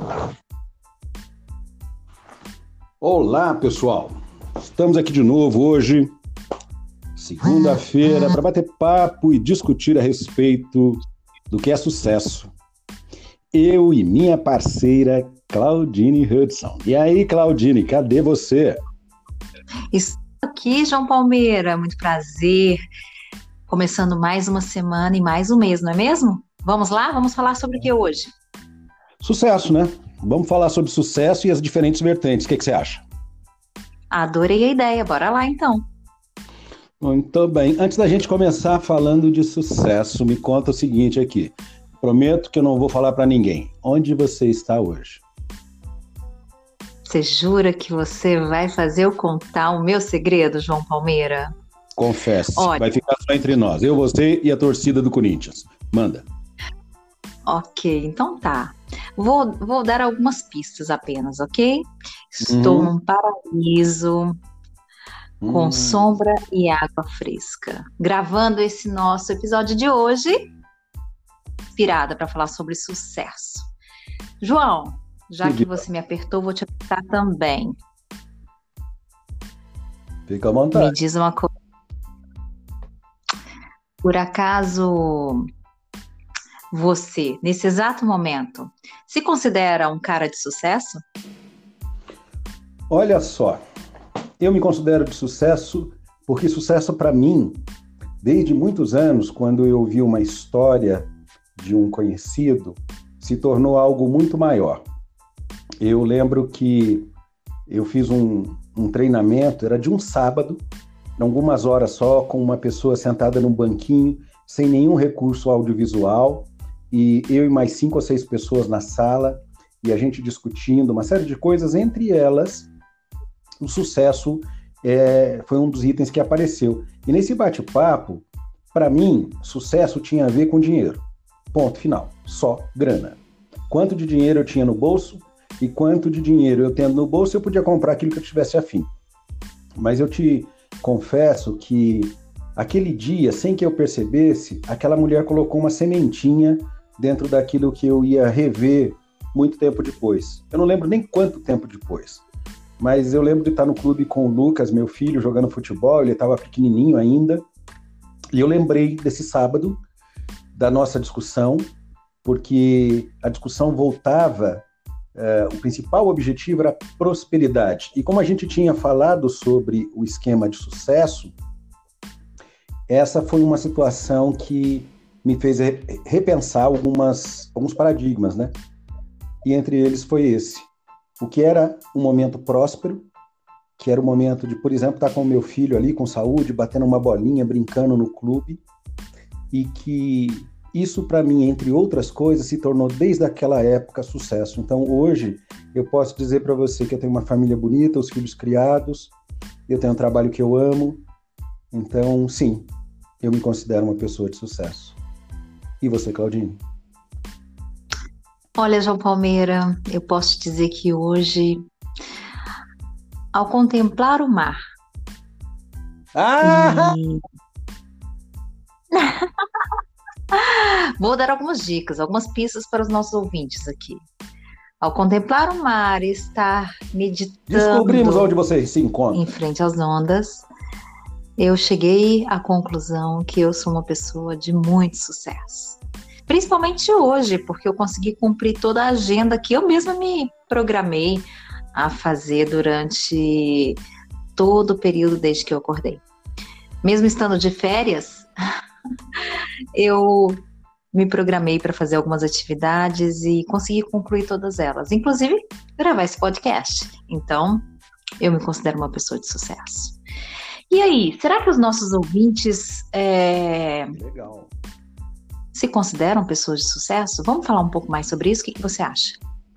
Olá, pessoal. Estamos aqui de novo hoje, segunda-feira, para bater papo e discutir a respeito do que é sucesso. Eu e minha parceira Claudine Hudson. E aí, Claudine, cadê você? Estou aqui, João Palmeira. Muito prazer. Começando mais uma semana e mais um mês, não é mesmo? Vamos lá? Vamos falar sobre o que hoje? Sucesso, né? Vamos falar sobre sucesso e as diferentes vertentes. O que você acha? Adorei a ideia. Bora lá, então. Muito bem. Antes da gente começar falando de sucesso, me conta o seguinte aqui. Prometo que eu não vou falar para ninguém. Onde você está hoje? Você jura que você vai fazer eu contar o meu segredo, João Palmeira? Confesse. Olha, vai ficar só entre nós. Eu, você e a torcida do Corinthians. Manda. Ok, então tá. Vou dar algumas pistas apenas, ok? Estou num paraíso com sombra e água fresca. Gravando esse nosso episódio de hoje, inspirada para falar sobre sucesso. João, já que você me apertou, vou te apertar também. Fica à vontade. Me diz uma coisa. Por acaso você, nesse exato momento, se considera um cara de sucesso? Olha só, eu me considero de sucesso porque sucesso para mim, desde muitos anos, quando eu vi uma história de um conhecido, se tornou algo muito maior. Eu lembro que eu fiz um treinamento, era de um sábado, algumas horas só, com uma pessoa sentada num banquinho, sem nenhum recurso audiovisual, e eu e mais 5 ou 6 pessoas na sala, e a gente discutindo uma série de coisas, entre elas, o sucesso foi um dos itens que apareceu. E nesse bate-papo, para mim, sucesso tinha a ver com dinheiro. Ponto final. Só grana. Quanto de dinheiro eu tinha no bolso e quanto de dinheiro eu tendo no bolso, eu podia comprar aquilo que eu tivesse afim. Mas eu te confesso que aquele dia, sem que eu percebesse, aquela mulher colocou uma sementinha dentro daquilo que eu ia rever muito tempo depois. Eu não lembro nem quanto tempo depois, mas eu lembro de estar no clube com o Lucas, meu filho, jogando futebol, ele estava pequenininho ainda, e eu lembrei desse sábado, da nossa discussão, porque a discussão voltava, o principal objetivo era prosperidade. E como a gente tinha falado sobre o esquema de sucesso, essa foi uma situação que me fez repensar alguns paradigmas, né? E entre eles foi esse. O que era um momento próspero, que era o momento de, por exemplo, estar com o meu filho ali, com saúde, batendo uma bolinha, brincando no clube, e que isso, para mim, entre outras coisas, se tornou, desde aquela época, sucesso. Então, hoje, eu posso dizer para você que eu tenho uma família bonita, os filhos criados, eu tenho um trabalho que eu amo. Então, sim, eu me considero uma pessoa de sucesso. E você, Claudine? Olha, João Palmeira, eu posso te dizer que hoje, ao contemplar o mar... Vou dar algumas dicas, algumas pistas para os nossos ouvintes aqui. Ao contemplar o mar e estar meditando... Descobrimos onde você se encontra. Em frente às ondas, eu cheguei à conclusão que eu sou uma pessoa de muito sucesso. Principalmente hoje, porque eu consegui cumprir toda a agenda que eu mesma me programei a fazer durante todo o período desde que eu acordei. Mesmo estando de férias, eu me programei para fazer algumas atividades e consegui concluir todas elas, inclusive gravar esse podcast. Então, eu me considero uma pessoa de sucesso. E aí, será que os nossos ouvintes Legal. se consideram pessoas de sucesso? Vamos falar um pouco mais sobre isso? O que você acha?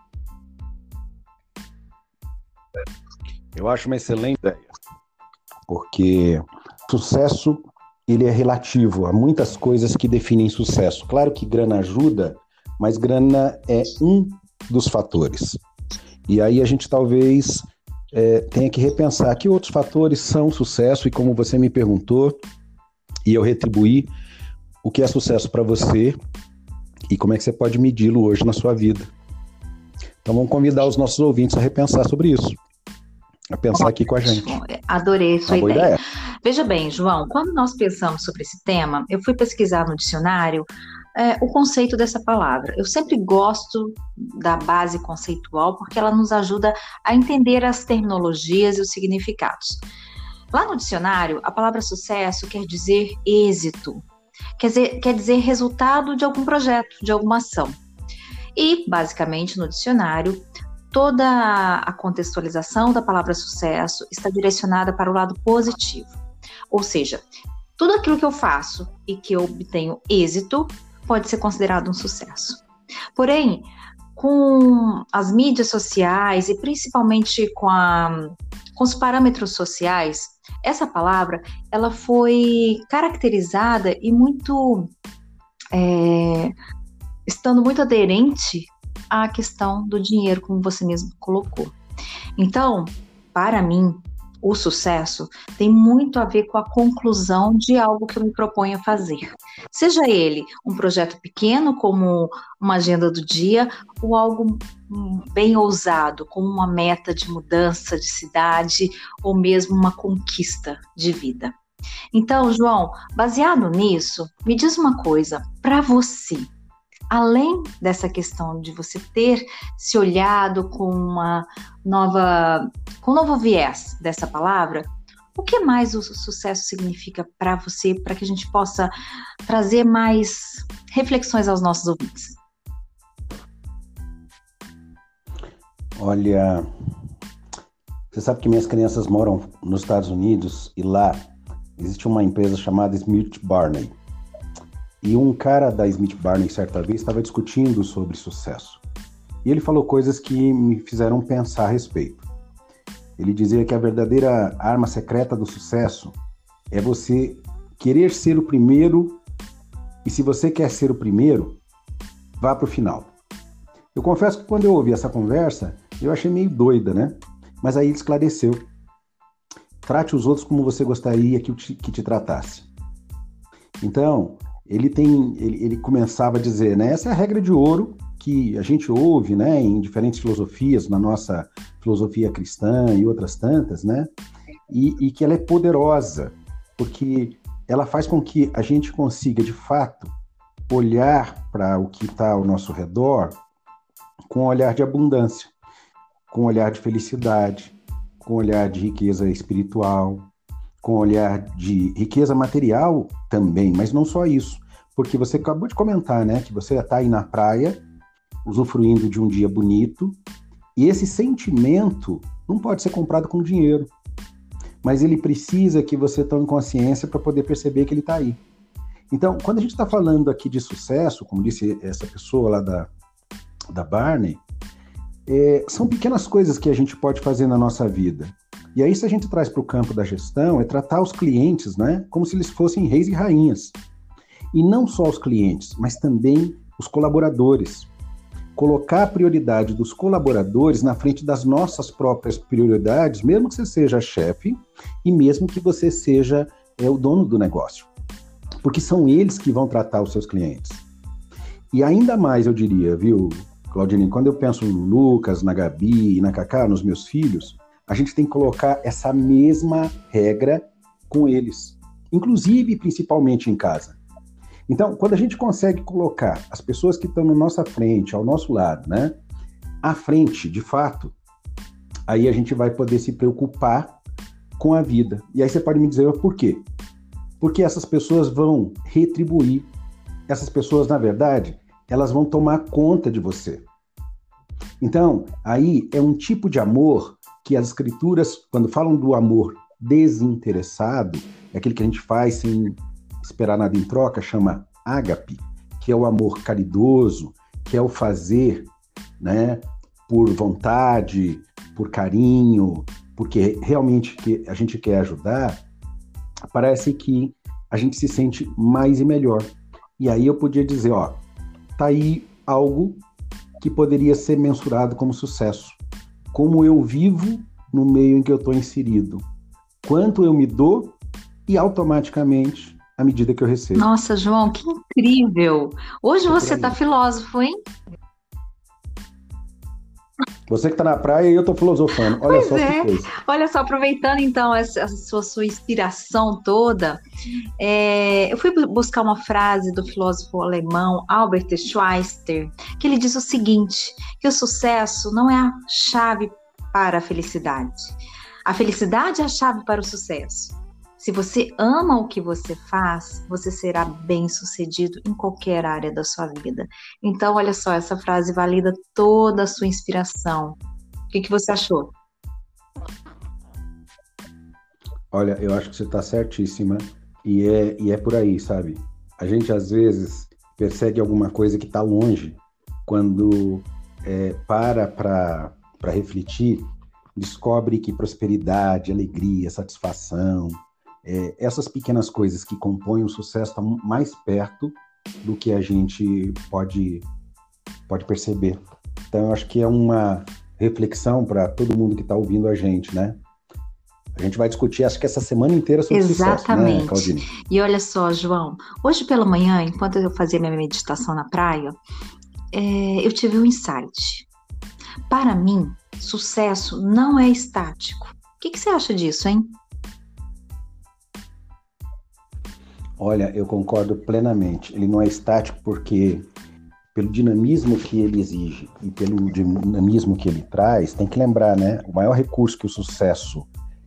Eu acho uma excelente ideia, porque sucesso, ele é relativo a muitas coisas que definem sucesso. Claro que grana ajuda, mas grana é um dos fatores. E aí a gente talvez tenha que repensar que outros fatores são sucesso, e como você me perguntou, e eu retribuí, o que é sucesso para você e como é que você pode medi-lo hoje na sua vida. Então vamos convidar os nossos ouvintes a repensar sobre isso, a pensar aqui com a gente. Adorei sua Uma boa ideia. ideia. Veja bem, João, quando nós pensamos sobre esse tema, eu fui pesquisar no dicionário o conceito dessa palavra. Eu sempre gosto da base conceitual porque ela nos ajuda a entender as terminologias e os significados. Lá no dicionário, a palavra sucesso quer dizer êxito, quer dizer resultado de algum projeto, de alguma ação. E, basicamente, no dicionário, toda a contextualização da palavra sucesso está direcionada para o lado positivo. Ou seja, tudo aquilo que eu faço e que eu obtenho êxito pode ser considerado um sucesso. Porém, com as mídias sociais e principalmente com os parâmetros sociais, essa palavra ela foi caracterizada e estando muito aderente à questão do dinheiro, como você mesmo colocou. Então, para mim, o sucesso tem muito a ver com a conclusão de algo que eu me proponho a fazer. Seja ele um projeto pequeno, como uma agenda do dia, ou algo bem ousado, como uma meta de mudança de cidade, ou mesmo uma conquista de vida. Então, João, baseado nisso, me diz uma coisa, para você, além dessa questão de você ter se olhado com um novo viés dessa palavra, o que mais o sucesso significa para você, para que a gente possa trazer mais reflexões aos nossos ouvintes? Olha, você sabe que minhas crianças moram nos Estados Unidos e lá existe uma empresa chamada Smith Barney. E um cara da Smith Barney, certa vez, estava discutindo sobre sucesso. E ele falou coisas que me fizeram pensar a respeito. Ele dizia que a verdadeira arma secreta do sucesso é você querer ser o primeiro, e se você quer ser o primeiro, vá para o final. Eu confesso que quando eu ouvi essa conversa, eu achei meio doida, né? Mas aí ele esclareceu. Trate os outros como você gostaria que te tratasse. Então, ele começava a dizer, né? Essa é a regra de ouro que a gente ouve, né? Em diferentes filosofias, na nossa filosofia cristã e outras tantas, né? E que ela é poderosa, porque ela faz com que a gente consiga, de fato, olhar para o que está ao nosso redor com um olhar de abundância, com um olhar de felicidade, com um olhar de riqueza espiritual, com um olhar de riqueza material também, mas não só isso, porque você acabou de comentar, né, que você está aí na praia, usufruindo de um dia bonito, e esse sentimento não pode ser comprado com dinheiro, mas ele precisa que você tome consciência para poder perceber que ele está aí. Então, quando a gente está falando aqui de sucesso, como disse essa pessoa lá da Barney, são pequenas coisas que a gente pode fazer na nossa vida. E aí, se a gente traz para o campo da gestão, é tratar os clientes, né, como se eles fossem reis e rainhas. E não só os clientes, mas também os colaboradores. Colocar a prioridade dos colaboradores na frente das nossas próprias prioridades, mesmo que você seja chefe e mesmo que você seja o dono do negócio. Porque são eles que vão tratar os seus clientes. E ainda mais, eu diria, viu, Claudine, quando eu penso no Lucas, na Gabi e na Cacá, nos meus filhos, a gente tem que colocar essa mesma regra com eles, inclusive principalmente em casa. Então, quando a gente consegue colocar as pessoas que estão na nossa frente, ao nosso lado, né, à frente, de fato, aí a gente vai poder se preocupar com a vida. E aí você pode me dizer por quê? Porque essas pessoas vão retribuir. Essas pessoas, na verdade, elas vão tomar conta de você. Então, aí é um tipo de amor que as escrituras, quando falam do amor desinteressado, é aquele que a gente faz sem esperar nada em troca, chama ágape, que é o amor caridoso, que é o fazer, né, por vontade, por carinho, porque realmente que a gente quer ajudar. Parece que a gente se sente mais e melhor. E aí eu podia dizer, ó, tá aí algo que poderia ser mensurado como sucesso. Como eu vivo no meio em que eu estou inserido. Quanto eu me dou e automaticamente à medida que eu recebo. Nossa, João, que incrível! Hoje você está filósofo, hein? Você que está na praia e eu estou filosofando. Olha Pois só que é, coisa. olha só, aproveitando então sua inspiração toda, eu fui buscar uma frase do filósofo alemão Albert Schweitzer, que ele diz o seguinte, que o sucesso não é a chave para a felicidade. A felicidade é a chave para o sucesso. Se você ama o que você faz, você será bem-sucedido em qualquer área da sua vida. Então, olha só, essa frase valida toda a sua inspiração. O que você achou? Olha, eu acho que você está certíssima e é por aí, sabe? A gente às vezes persegue alguma coisa que está longe, quando para refletir, descobre que prosperidade, alegria, satisfação, essas pequenas coisas que compõem o sucesso estão mais perto do que a gente pode perceber. Então, eu acho que é uma reflexão para todo mundo que está ouvindo a gente, né? A gente vai discutir, acho que essa semana inteira sobre sucesso, né, Claudine? E olha só, João, hoje pela manhã, enquanto eu fazia minha meditação na praia, eu tive um insight. Para mim, sucesso não é estático. O que você acha disso, hein? Olha, eu concordo plenamente. Ele não é estático porque, pelo dinamismo que ele exige e pelo dinamismo que ele traz, tem que lembrar, né? O maior recurso que o sucesso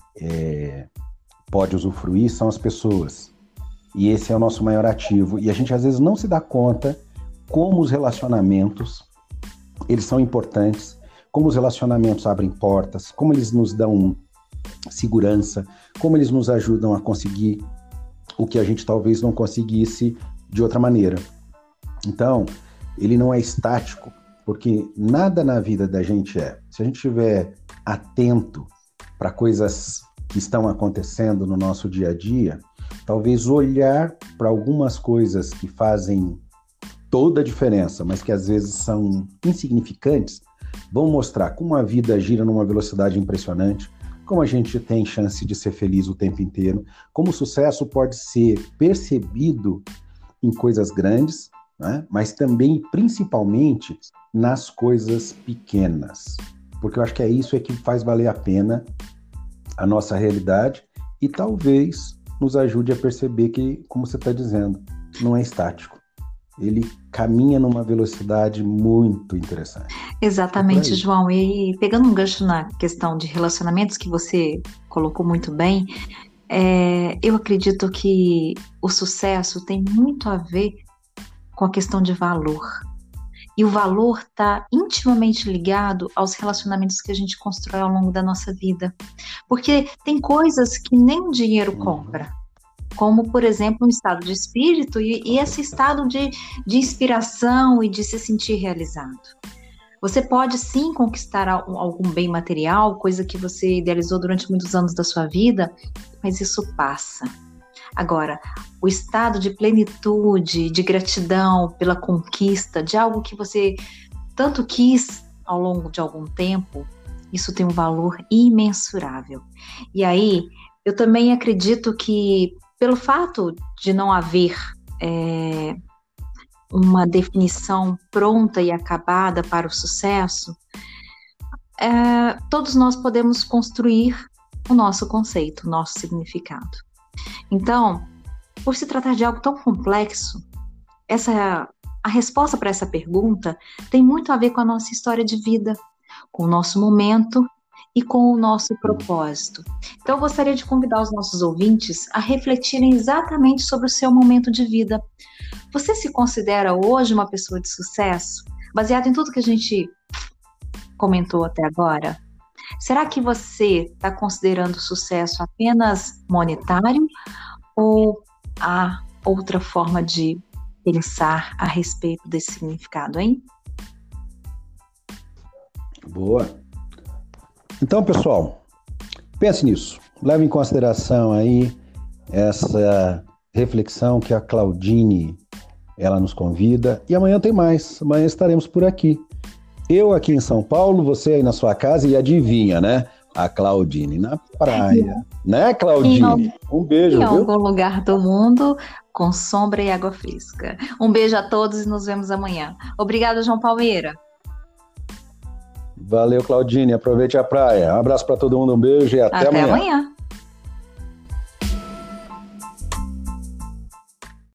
pode usufruir são as pessoas. E esse é o nosso maior ativo. E a gente às vezes não se dá conta como os relacionamentos, eles são importantes, como os relacionamentos abrem portas, como eles nos dão segurança, como eles nos ajudam a conseguir o que a gente talvez não conseguisse de outra maneira. Então, ele não é estático, porque nada na vida da gente é. Se a gente estiver atento para coisas que estão acontecendo no nosso dia a dia, talvez olhar para algumas coisas que fazem toda a diferença, mas que às vezes são insignificantes, vão mostrar como a vida gira numa velocidade impressionante, como a gente tem chance de ser feliz o tempo inteiro, como o sucesso pode ser percebido em coisas grandes, né? Mas também, principalmente, nas coisas pequenas. Porque eu acho que é isso que faz valer a pena a nossa realidade e talvez nos ajude a perceber que, como você está dizendo, não é estático. Ele caminha numa velocidade muito interessante. Exatamente, João. E pegando um gancho na questão de relacionamentos que você colocou muito bem, eu acredito que o sucesso tem muito a ver com a questão de valor. E o valor está intimamente ligado aos relacionamentos que a gente constrói ao longo da nossa vida. Porque tem coisas que nem o dinheiro compra. Como, por exemplo, um estado de espírito e esse estado de inspiração e de se sentir realizado. Você pode sim conquistar algum bem material, coisa que você idealizou durante muitos anos da sua vida, mas isso passa. Agora, o estado de plenitude, de gratidão pela conquista, de algo que você tanto quis ao longo de algum tempo, isso tem um valor imensurável. E aí, eu também acredito que, pelo fato de não haver uma definição pronta e acabada para o sucesso, todos nós podemos construir o nosso conceito, o nosso significado. Então, por se tratar de algo tão complexo, a resposta para essa pergunta tem muito a ver com a nossa história de vida, com o nosso momento e com o nosso propósito. Então, eu gostaria de convidar os nossos ouvintes a refletirem exatamente sobre o seu momento de vida. Você se considera hoje uma pessoa de sucesso? Baseado em tudo que a gente comentou até agora? Será que você está considerando sucesso apenas monetário ou há outra forma de pensar a respeito desse significado, hein? Boa. Então, pessoal, pense nisso. Leve em consideração aí essa reflexão que a Claudine ela nos convida. E amanhã tem mais. Amanhã estaremos por aqui. Eu aqui em São Paulo, você aí na sua casa e adivinha, né? A Claudine na praia. Né, Claudine? Um beijo, em viu? algum lugar do mundo com sombra e água fresca. Um beijo a todos e nos vemos amanhã. Obrigada, João Palmeira. Valeu, Claudine. Aproveite a praia. Um abraço para todo mundo, um beijo e até amanhã. Até amanhã.